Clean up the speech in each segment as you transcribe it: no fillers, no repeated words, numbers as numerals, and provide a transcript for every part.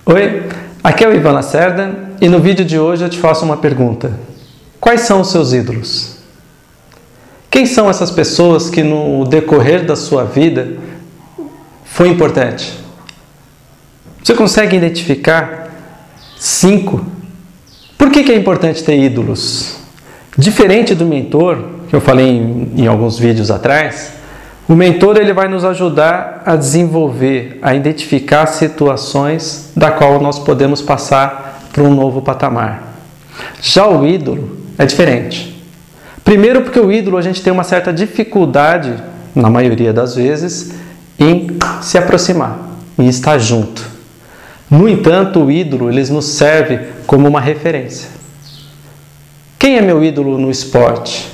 Oi, aqui é o Ivan Lacerda e no vídeo de hoje eu te faço uma pergunta. Quais são os seus ídolos? Quem são essas pessoas que no decorrer da sua vida foi importante? Você consegue identificar 5? Por que é importante ter ídolos? Diferente do mentor, que eu falei em alguns vídeos atrás, o mentor ele vai nos ajudar a desenvolver, a identificar situações da qual nós podemos passar para um novo patamar. Já o ídolo é diferente. Primeiro porque o ídolo a gente tem uma certa dificuldade, na maioria das vezes, em se aproximar, em estar junto. No entanto, o ídolo ele nos serve como uma referência. Quem é meu ídolo no esporte?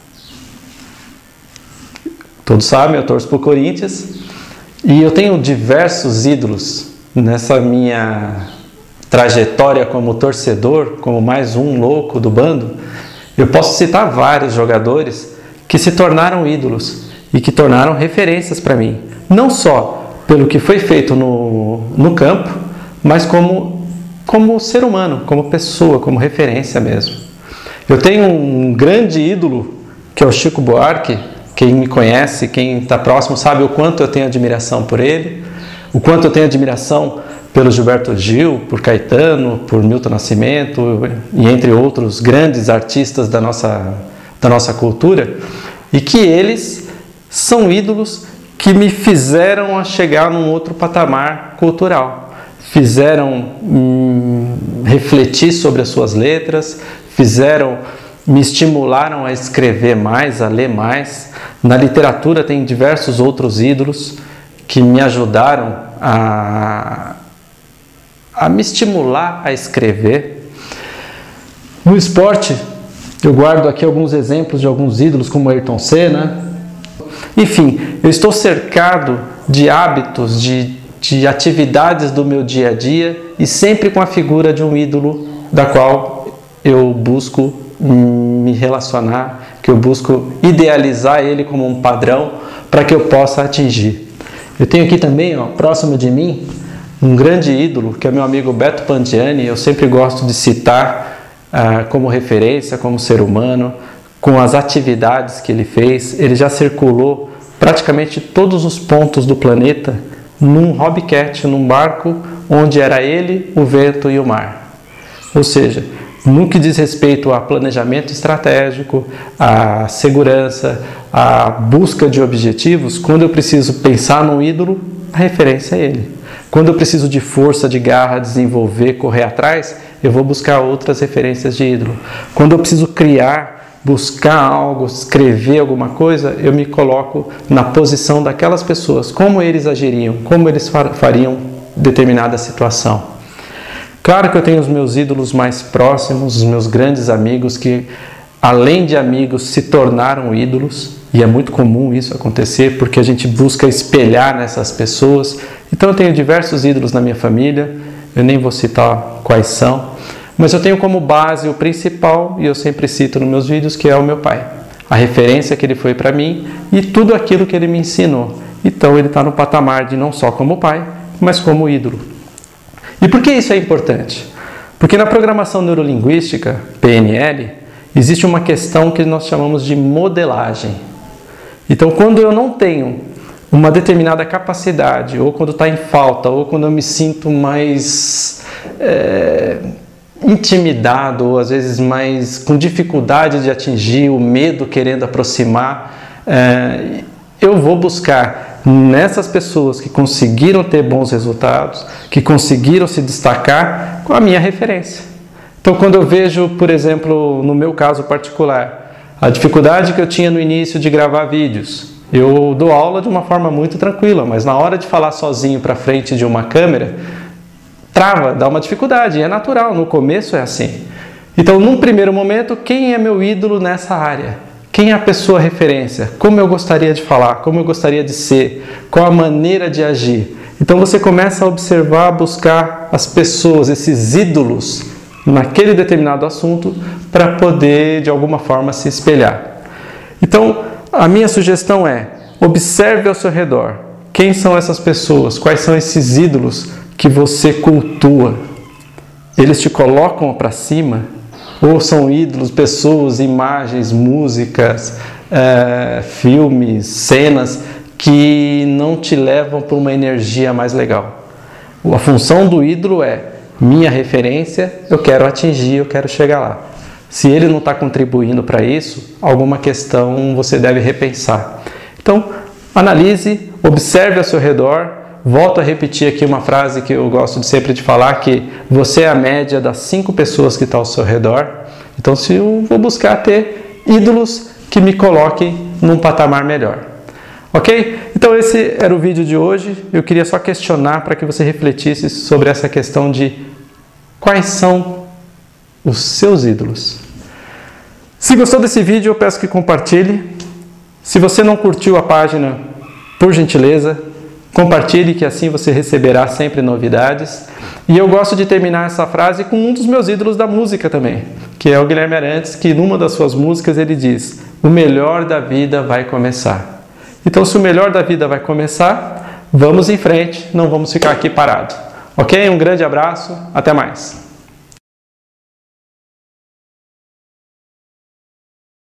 Todos sabem, eu torço para o Corinthians e eu tenho diversos ídolos nessa minha trajetória como torcedor, como mais um louco do bando. Eu posso citar vários jogadores que se tornaram ídolos e que tornaram referências para mim, não só pelo que foi feito no campo, mas como ser humano, como pessoa, como referência mesmo. Eu tenho um grande ídolo que é o Chico Buarque. Quem me conhece, quem está próximo, sabe o quanto eu tenho admiração por ele, o quanto eu tenho admiração pelo Gilberto Gil, por Caetano, por Milton Nascimento e entre outros grandes artistas da nossa cultura, e que eles são ídolos que me fizeram a chegar num outro patamar cultural, fizeram refletir sobre as suas letras, me estimularam a escrever mais, a ler mais. Na literatura tem diversos outros ídolos que me ajudaram a me estimular a escrever. No esporte, eu guardo aqui alguns exemplos de alguns ídolos, como Ayrton Senna. Enfim, eu estou cercado de hábitos, de atividades do meu dia a dia e sempre com a figura de um ídolo da qual eu busco me relacionar, que eu busco idealizar ele como um padrão para que eu possa atingir. Eu tenho aqui também, próximo de mim, um grande ídolo, que é meu amigo Beto Pandiani. Eu sempre gosto de citar como referência, como ser humano, com as atividades que ele fez. Ele já circulou praticamente todos os pontos do planeta num hobbycat, num barco onde era ele, o vento e o mar. Ou seja, no que diz respeito a planejamento estratégico, a segurança, a busca de objetivos, quando eu preciso pensar num ídolo, a referência é ele. Quando eu preciso de força, de garra, desenvolver, correr atrás, eu vou buscar outras referências de ídolo. Quando eu preciso criar, buscar algo, escrever alguma coisa, eu me coloco na posição daquelas pessoas, como eles agiriam, como eles fariam determinada situação. Claro que eu tenho os meus ídolos mais próximos, os meus grandes amigos que, além de amigos, se tornaram ídolos. E é muito comum isso acontecer porque a gente busca espelhar nessas pessoas. Então eu tenho diversos ídolos na minha família, eu nem vou citar quais são, mas eu tenho como base o principal, e eu sempre cito nos meus vídeos, que é o meu pai. A referência que ele foi para mim e tudo aquilo que ele me ensinou. Então ele está no patamar de não só como pai, mas como ídolo. E por que isso é importante? Porque na programação neurolinguística, PNL, existe uma questão que nós chamamos de modelagem. Então, quando eu não tenho uma determinada capacidade, ou quando está em falta, ou quando eu me sinto mais intimidado, ou às vezes mais com dificuldade de atingir, o medo querendo aproximar, eu vou buscar nessas pessoas que conseguiram ter bons resultados, que conseguiram se destacar, com a minha referência. Então, quando eu vejo, por exemplo, no meu caso particular, a dificuldade que eu tinha no início de gravar vídeos, eu dou aula de uma forma muito tranquila, mas na hora de falar sozinho para frente de uma câmera, trava, dá uma dificuldade, é natural, no começo é assim. Então, num primeiro momento, quem é meu ídolo nessa área? Quem é a pessoa referência? Como eu gostaria de falar? Como eu gostaria de ser? Qual a maneira de agir? Então você começa a observar, a buscar as pessoas, esses ídolos, naquele determinado assunto, para poder, de alguma forma, se espelhar. Então, a minha sugestão é, observe ao seu redor. Quem são essas pessoas? Quais são esses ídolos que você cultua, eles te colocam para cima? Ou são ídolos, pessoas, imagens, músicas, filmes, cenas que não te levam para uma energia mais legal? A função do ídolo é minha referência, eu quero atingir, eu quero chegar lá. Se ele não está contribuindo para isso, alguma questão você deve repensar. Então, analise, observe ao seu redor. Volto a repetir aqui uma frase que eu gosto de sempre de falar, que você é a média das 5 pessoas que estão ao seu redor. Então, se eu vou buscar ter ídolos que me coloquem num patamar melhor. Ok? Então, esse era o vídeo de hoje. Eu queria só questionar para que você refletisse sobre essa questão de quais são os seus ídolos. Se gostou desse vídeo, eu peço que compartilhe. Se você não curtiu a página, por gentileza, compartilhe, que assim você receberá sempre novidades. E eu gosto de terminar essa frase com um dos meus ídolos da música também, que é o Guilherme Arantes, que numa das suas músicas ele diz: o melhor da vida vai começar. Então, se o melhor da vida vai começar, vamos em frente, não vamos ficar aqui parados. Ok? Um grande abraço, até mais.